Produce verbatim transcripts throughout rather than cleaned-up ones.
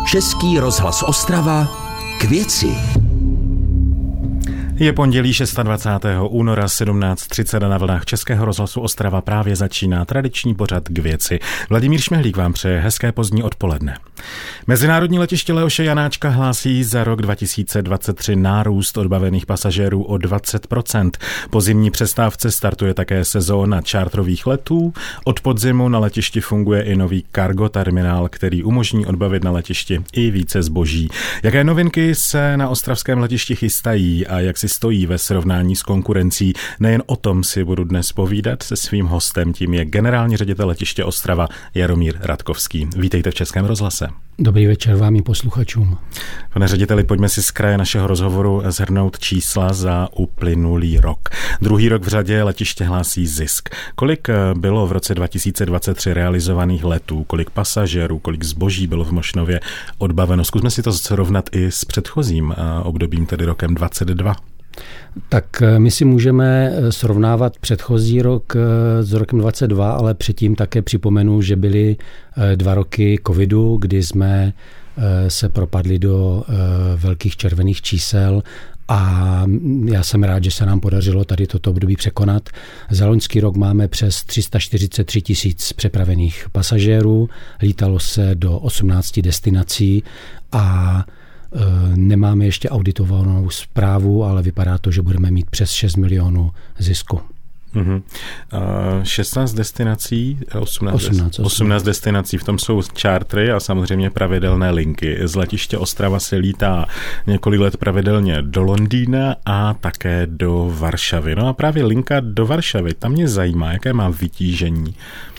Český rozhlas Ostrava k věci. Je pondělí dvacátého šestého února sedmnáct třicet a na vlnách Českého rozhlasu Ostrava právě začíná tradiční pořad k věci. Vladimír Šmehlík vám přeje hezké pozdní odpoledne. Mezinárodní letiště Leoše Janáčka hlásí za rok dva tisíce dvacet tři nárůst odbavených pasažérů o dvacet procent. Po zimní přestávce startuje také sezóna čártrových letů. Od podzimu na letišti funguje i nový cargo terminál, který umožní odbavit na letišti i více zboží. Jaké novinky se na ostravském letišti chystají a jak si stojí ve srovnání s konkurencí? Nejen o tom si budu dnes povídat se svým hostem, tím je generální ředitel letiště Ostrava Jaromír Radkovský. Vítejte v Českém rozhlase. Dobrý večer vám i posluchačům. Pane řediteli, pojďme si z kraje našeho rozhovoru shrnout čísla za uplynulý rok. Druhý rok v řadě letiště hlásí zisk. Kolik bylo v roce dva tisíce dvacet tři realizovaných letů, kolik pasažérů, kolik zboží bylo v Mošnově odbaveno? Zkusme si to srovnat i s předchozím obdobím, tedy rokem dvacet dva. Tak my si můžeme srovnávat předchozí rok s rokem dvacet dva, ale předtím také připomenu, že byly dva roky covidu, kdy jsme se propadli do velkých červených čísel a já jsem rád, že se nám podařilo tady toto období překonat. Za loňský rok máme přes tři sta čtyřicet tři tisíc přepravených pasažérů, lítalo se do osmnácti destinací a nemáme ještě auditovanou zprávu, ale vypadá to, že budeme mít přes šest milionů zisku. Uh-huh. Uh, šestnáct destinací, osmnáct, osmnáct, osmnáct destinací, v tom jsou čártry a samozřejmě pravidelné linky. Z letiště Ostrava se lítá několik let pravidelně do Londýna a také do Varšavy. No a právě linka do Varšavy, tam mě zajímá, jaké má vytížení.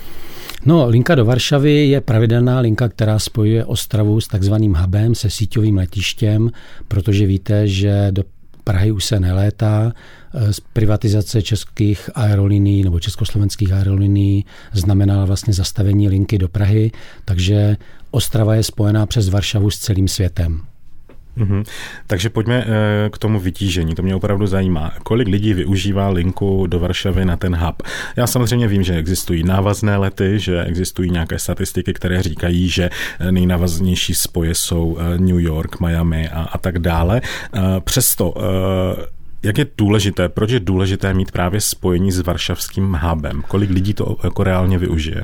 No, linka do Varšavy je pravidelná linka, která spojuje Ostravu s takzvaným hubem, se síťovým letištěm, protože víte, že do Prahy už se nelétá. Z privatizace českých aerolinií nebo československých aerolinií znamenala vlastně zastavení linky do Prahy, takže Ostrava je spojená přes Varšavu s celým světem. Uhum. Takže pojďme k tomu vytížení, to mě opravdu zajímá. Kolik lidí využívá linku do Varšavy na ten hub? Já samozřejmě vím, že existují návazné lety, že existují nějaké statistiky, které říkají, že nejnávaznější spoje jsou New York, Miami a, a tak dále. Přesto, jak je důležité, proč je důležité mít právě spojení s varšavským hubem? Kolik lidí to jako reálně využije?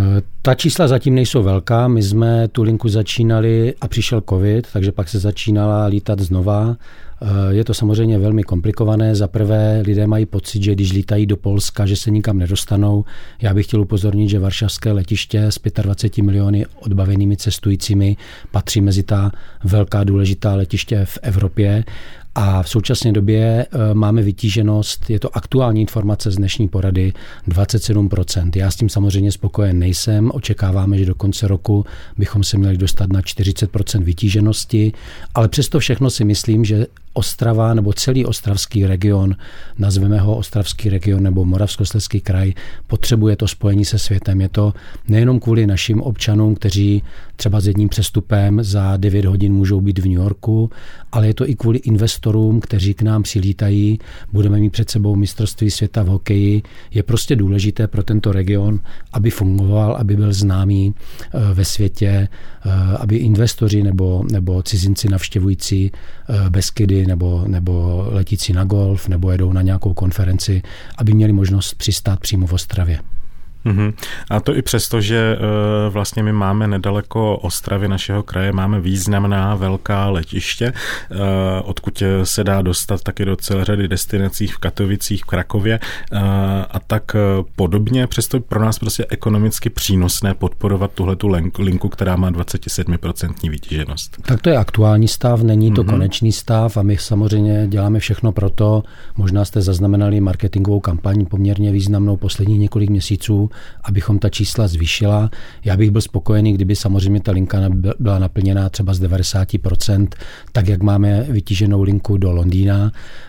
Ta čísla zatím nejsou velká. My jsme tu linku začínali a přišel covid, takže pak se začínala lítat znova. Je to samozřejmě velmi komplikované. Za prvé lidé mají pocit, že když lítají do Polska, že se nikam nedostanou. Já bych chtěl upozornit, že varšavské letiště s dvaceti pěti miliony odbavenými cestujícími patří mezi ta velká důležitá letiště v Evropě. A v současné době máme vytíženost, je to aktuální informace z dnešní porady, dvacet sedm procent. Já s tím samozřejmě spokojen nejsem, očekáváme, že do konce roku bychom se měli dostat na čtyřicet procent vytíženosti, ale přesto všechno si myslím, že Ostrava nebo celý ostravský region, nazveme ho ostravský region nebo Moravskoslezský kraj, potřebuje to spojení se světem. Je to nejenom kvůli našim občanům, kteří třeba s jedním přestupem za devět hodin můžou být v New Yorku, ale je to i kvůli investorům, kteří k nám přilítají. Budeme mít před sebou mistrovství světa v hokeji. Je prostě důležité pro tento region, aby fungoval, aby byl známý ve světě, aby investoři nebo, nebo cizinci navštěvující Beskydy nebo, nebo letící na golf nebo jedou na nějakou konferenci, aby měli možnost přistát přímo v Ostravě. Uhum. A to i přesto, že uh, vlastně my máme nedaleko Ostravy našeho kraje, máme významná velká letiště, uh, odkud se dá dostat taky do celé řady destinací v Katovicích, v Krakově uh, a tak uh, podobně. Přesto pro nás prostě ekonomicky přínosné podporovat tuhletu linku, která má dvacet sedm procent vytíženost. Tak to je aktuální stav, není to uhum. konečný stav a my samozřejmě děláme všechno pro to. Možná jste zaznamenali marketingovou kampaň poměrně významnou posledních několik měsíců, abychom ta čísla zvýšila. Já bych byl spokojený, kdyby samozřejmě ta linka byla naplněná třeba z devadesát procent, tak jak máme vytíženou linku do Londýna.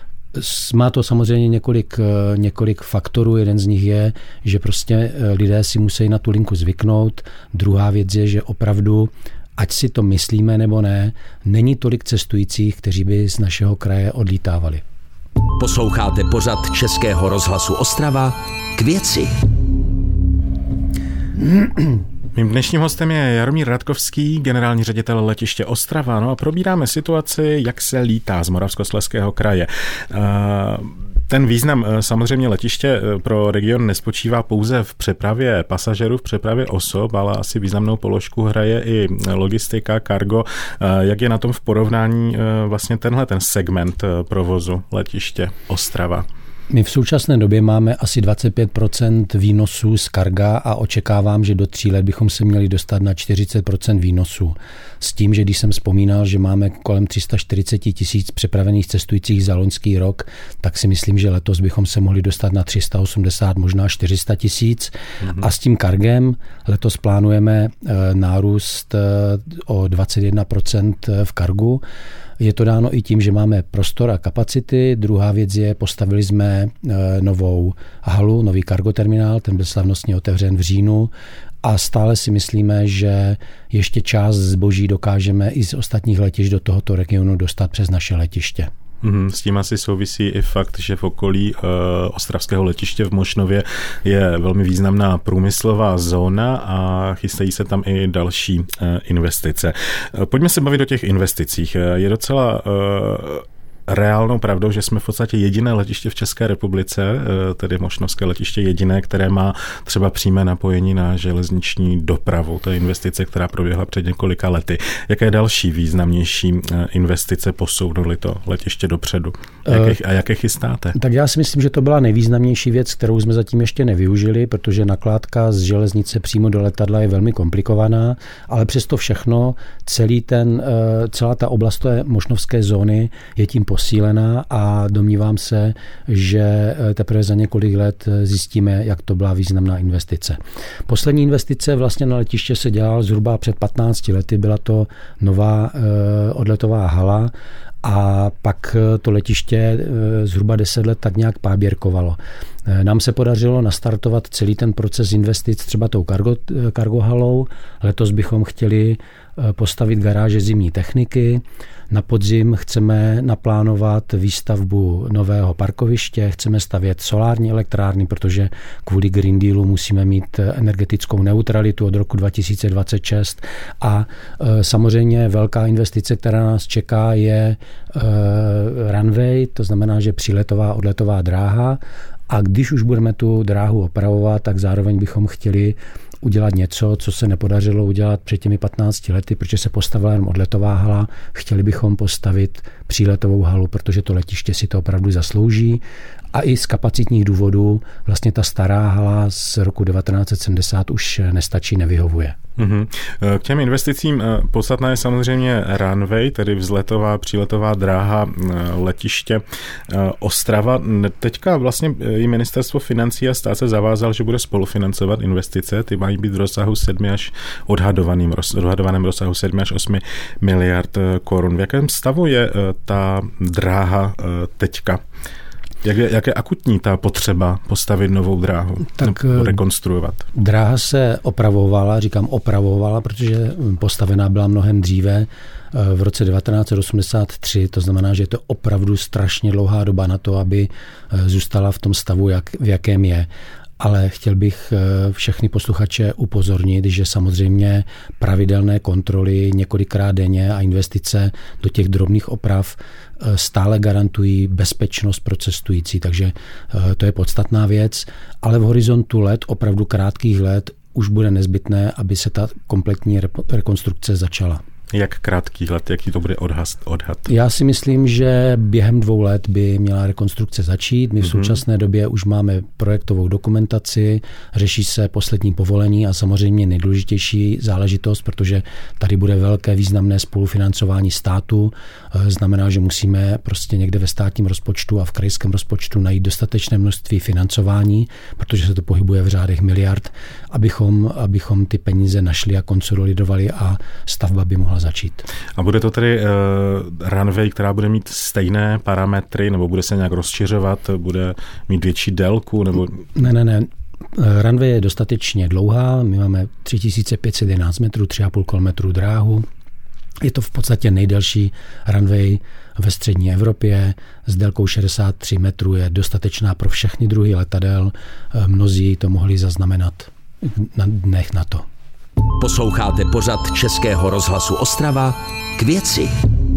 Má to samozřejmě několik, několik faktorů. Jeden z nich je, že prostě lidé si musí na tu linku zvyknout. Druhá věc je, že opravdu, ať si to myslíme nebo ne, není tolik cestujících, kteří by z našeho kraje odlítávali. Posloucháte pořad Českého rozhlasu Ostrava k věci. Mým dnešním hostem je Jaromír Radkovský, generální ředitel letiště Ostrava. No a probíráme situaci, jak se lítá z Moravskoslezského kraje. Ten význam samozřejmě letiště pro region nespočívá pouze v přepravě pasažerů, v přepravě osob, ale asi významnou položku hraje i logistika, cargo. Jak je na tom v porovnání vlastně tenhle ten segment provozu letiště Ostrava? My v současné době máme asi dvacet pět procent výnosů z karga a očekávám, že do tří let bychom se měli dostat na čtyřicet procent výnosů. S tím, že když jsem vzpomínal, že máme kolem tři sta čtyřicet tisíc přepravených cestujících za loňský rok, tak si myslím, že letos bychom se mohli dostat na tři sta osmdesát, možná čtyři sta tisíc. Mm-hmm. A s tím kargem letos plánujeme nárůst o dvacet jedna procent v kargu. Je to dáno i tím, že máme prostor a kapacity. Druhá věc je, postavili jsme novou halu, nový kargoterminál, ten byl slavnostně otevřen v říjnu a stále si myslíme, že ještě část zboží dokážeme i z ostatních letišť do tohoto regionu dostat přes naše letiště. S tím asi souvisí i fakt, že v okolí uh, ostravského letiště v Mošnově je velmi významná průmyslová zóna a chystají se tam i další uh, investice. Uh, pojďme se bavit o těch investicích. Uh, je docela... Uh, reálnou pravdou, že jsme v podstatě jediné letiště v České republice, tedy Mošnovské letiště jediné, které má třeba přímé napojení na železniční dopravu. To je investice, která proběhla před několika lety. Jaké další významnější investice posunuly to letiště dopředu? Jaké, a jaké chystáte? Tak já si myslím, že to byla nejvýznamnější věc, kterou jsme zatím ještě nevyužili, protože nakládka z železnice přímo do letadla je velmi komplikovaná, ale přesto všechno celý ten, celá ta oblast té mošnovské zóny je tím posílená a domnívám se, že teprve za několik let zjistíme, jak to byla významná investice. Poslední investice vlastně na letiště se dělala zhruba před patnácti lety, byla to nová odletová hala a pak to letiště zhruba deset let tak nějak paběrkovalo. Nám se podařilo nastartovat celý ten proces investic třeba tou kargo, kargohalou. Letos bychom chtěli postavit garáže zimní techniky. Na podzim chceme naplánovat výstavbu nového parkoviště, chceme stavět solární elektrárny, protože kvůli Green Dealu musíme mít energetickou neutralitu od roku dva tisíce dvacet šest a e, samozřejmě velká investice, která nás čeká, je e, runway, to znamená, že příletová odletová dráha. A když už budeme tu dráhu opravovat, tak zároveň bychom chtěli udělat něco, co se nepodařilo udělat před těmi patnácti lety, protože se postavila jen odletová hala. Chtěli bychom postavit příletovou halu, protože to letiště si to opravdu zaslouží. A i z kapacitních důvodů vlastně ta stará hala z roku devatenáct set sedmdesát už nestačí, nevyhovuje. Mm-hmm. K těm investicím podstatná je samozřejmě runway, tedy vzletová, příletová dráha letiště Ostrava. Teďka vlastně i ministerstvo financí a stát se zavázal, že bude spolufinancovat investice. Ty mají být v rozsahu sedmi až odhadovaným, odhadovaném rozsahu sedmi až osmi miliard korun. V jakém stavu je ta dráha teďka? Jak je, jak je akutní ta potřeba postavit novou dráhu, tak rekonstruovat? Dráha se opravovala, říkám opravovala, protože postavená byla mnohem dříve v roce devatenáct set osmdesát tři, to znamená, že je to opravdu strašně dlouhá doba na to, aby zůstala v tom stavu, jak, v jakém je. Ale chtěl bych všechny posluchače upozornit, že samozřejmě pravidelné kontroly několikrát denně a investice do těch drobných oprav stále garantují bezpečnost pro cestující, takže to je podstatná věc, ale v horizontu let, opravdu krátkých let, už bude nezbytné, aby se ta kompletní rekonstrukce začala. Jak krátký let, jaký to bude odhad? odhad? Já si myslím, že během dvou let by měla rekonstrukce začít. My v současné době už máme projektovou dokumentaci, řeší se poslední povolení a samozřejmě nejdůležitější záležitost, protože tady bude velké významné spolufinancování státu. Znamená, že musíme prostě někde ve státním rozpočtu a v krajském rozpočtu najít dostatečné množství financování, protože se to pohybuje v řádech miliard, abychom, abychom ty peníze našli a konsolidovali a stavba by mohla začít. A bude to tedy uh, runway, která bude mít stejné parametry, nebo bude se nějak rozšiřovat, bude mít větší délku? Nebo... Ne, ne, ne. Runway je dostatečně dlouhá, my máme tři tisíce pět set jedenáct metrů, tři a půl kilometru dráhu. Je to v podstatě nejdelší runway ve střední Evropě s délkou šedesát tři metrů, je dostatečná pro všechny druhy letadel. Mnozí to mohli zaznamenat na dnech na to. Posloucháte pořad Českého rozhlasu Ostrava K věci.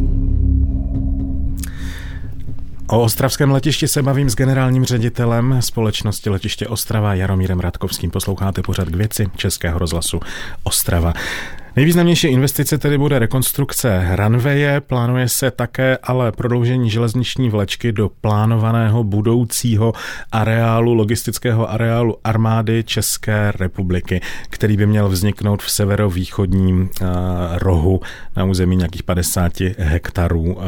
O ostravském letišti se bavím s generálním ředitelem společnosti Letiště Ostrava Jaromírem Radkovským. Posloucháte pořad K věci Českého rozhlasu Ostrava. Nejvýznamnější investice tedy bude rekonstrukce runwaye, plánuje se také ale prodloužení železniční vlečky do plánovaného budoucího areálu, logistického areálu armády České republiky, který by měl vzniknout v severovýchodním uh, rohu na území nějakých padesát hektarů uh,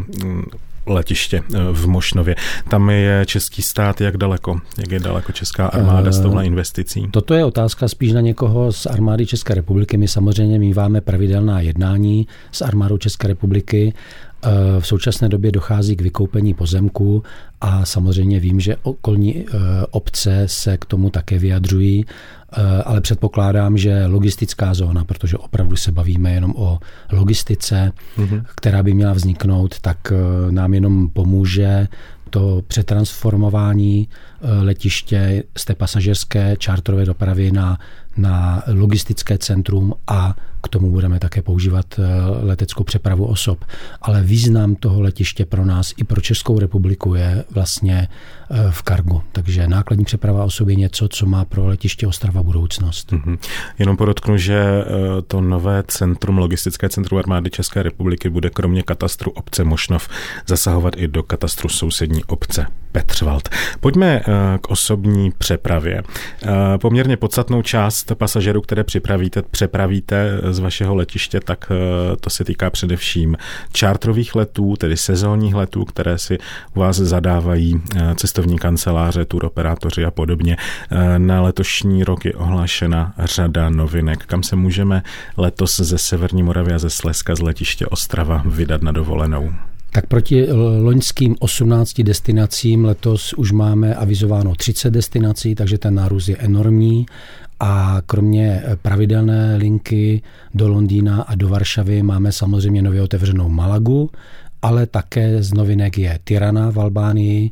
letiště v Mošnově. Tam je český stát jak daleko? Jak je daleko česká armáda s touhle investicí? Toto je otázka spíš na někoho z armády České republiky. My samozřejmě míváme pravidelná jednání s armádou České republiky. V současné době dochází k vykoupení pozemků a samozřejmě vím, že okolní obce se k tomu také vyjadřují, ale předpokládám, že logistická zóna, protože opravdu se bavíme jenom o logistice, mm-hmm. která by měla vzniknout, tak nám jenom pomůže to přetransformování letiště z té pasažerské čártrové dopravy na, na logistické centrum a k tomu budeme také používat leteckou přepravu osob. Ale význam toho letiště pro nás i pro Českou republiku je vlastně v kargu. Takže nákladní přeprava osob je něco, co má pro letiště Ostrava budoucnost. Mm-hmm. Jenom podotknu, že to nové centrum, logistické centrum armády České republiky bude kromě katastru obce Mošnov zasahovat i do katastru sousední obce Petřvald. Pojďme k osobní přepravě. Poměrně podstatnou část pasažerů, které připravíte, přepravíte z vašeho letiště, tak to se týká především čártrových letů, tedy sezónních letů, které si u vás zadávají cestovní kanceláře, turoperátoři a podobně. Na letošní rok je ohlášena řada novinek. Kam se můžeme letos ze Severní Moravy a ze Slezska z letiště Ostrava vydat na dovolenou? Tak proti loňským osmnácti destinacím letos už máme avizováno třicet destinací, takže ten nárůst je enormní. A kromě pravidelné linky do Londýna a do Varšavy máme samozřejmě nově otevřenou Malagu, ale také z novinek je Tirana v Albánii,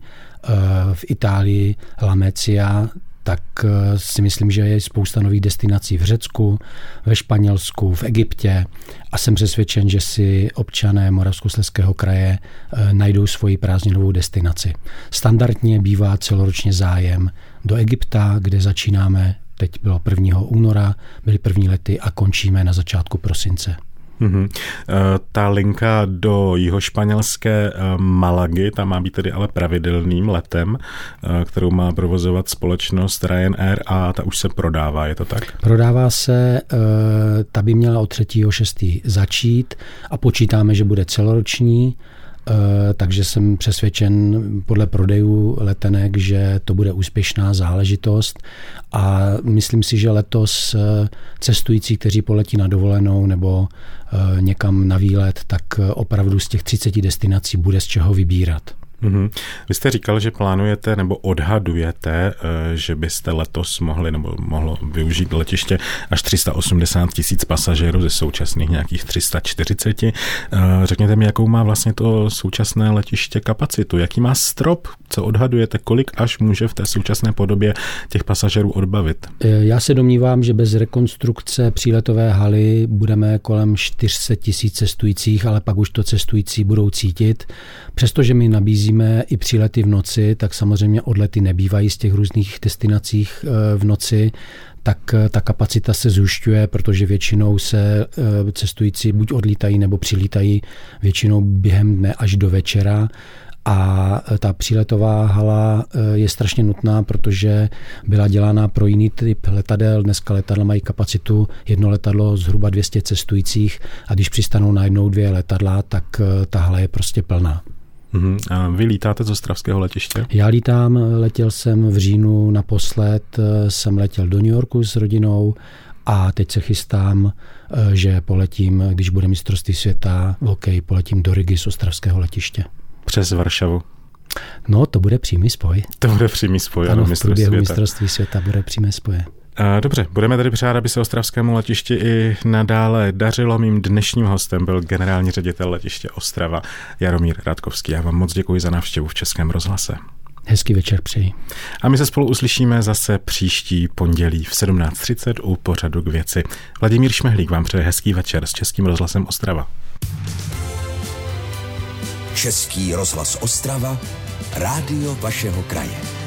v Itálii Lamezia, tak si myslím, že je spousta nových destinací v Řecku, ve Španělsku, v Egyptě a jsem přesvědčen, že si občané Moravskoslezského kraje najdou svoji prázdninovou destinaci. Standardně bývá celoročně zájem do Egypta, kde začínáme, teď bylo prvního února, byly první lety a končíme na začátku prosince. Mm-hmm. Ta linka do jihošpanělské Malagy, ta má být tedy ale pravidelným letem, kterou má provozovat společnost Ryanair a ta už se prodává, je to tak? Prodává se, ta by měla od třetího šestého začít a počítáme, že bude celoroční, takže jsem přesvědčen podle prodejů letenek, že to bude úspěšná záležitost a myslím si, že letos cestující, kteří poletí na dovolenou nebo někam na výlet, tak opravdu z těch třiceti destinací bude z čeho vybírat. Mm-hmm. Vy jste říkal, že plánujete nebo odhadujete, že byste letos mohli nebo mohlo využít letiště až tři sta osmdesát tisíc pasažérů ze současných nějakých tři sta čtyřicet. Řekněte mi, jakou má vlastně to současné letiště kapacitu, jaký má strop, co odhadujete, kolik až může v té současné podobě těch pasažérů odbavit? Já se domnívám, že bez rekonstrukce příletové haly budeme kolem čtyři sta tisíc cestujících, ale pak už to cestující budou cítit. Přestože my nabízíme i přílety v noci, tak samozřejmě odlety nebývají z těch různých destinacích v noci, tak ta kapacita se zhušťuje, protože většinou se cestující buď odlítají nebo přilítají většinou během dne až do večera. A ta příletová hala je strašně nutná, protože byla dělána pro jiný typ letadel. Dneska letadla mají kapacitu jedno letadlo zhruba dvě stě cestujících a když přistanou najednou dvě letadla, tak ta hala je prostě plná. Uhum. A vy lítáte z ostravského letiště? Já lítám, letěl jsem v říjnu naposled, jsem letěl do New Yorku s rodinou a teď se chystám, že poletím, když bude mistrovství světa v hokeji, poletím do Rigy z ostravského letiště. Přes Varšavu? No, to bude přímý spoj. To bude přímý spoj, ano, v průběhu mistrovství světa bude přímé spoje. Dobře, budeme tady přát, aby se ostravskému letišti i nadále dařilo. Mým dnešním hostem byl generální ředitel letiště Ostrava Jaromír Radkovský. Já vám moc děkuji za návštěvu v Českém rozhlase. hezký večer přeji. A my se spolu uslyšíme zase příští pondělí v sedmnáct třicet u pořadu K věci. Vladimír Šmehlík vám přeje hezký večer s Českým rozhlasem Ostrava. Český rozhlas Ostrava, rádio vašeho kraje.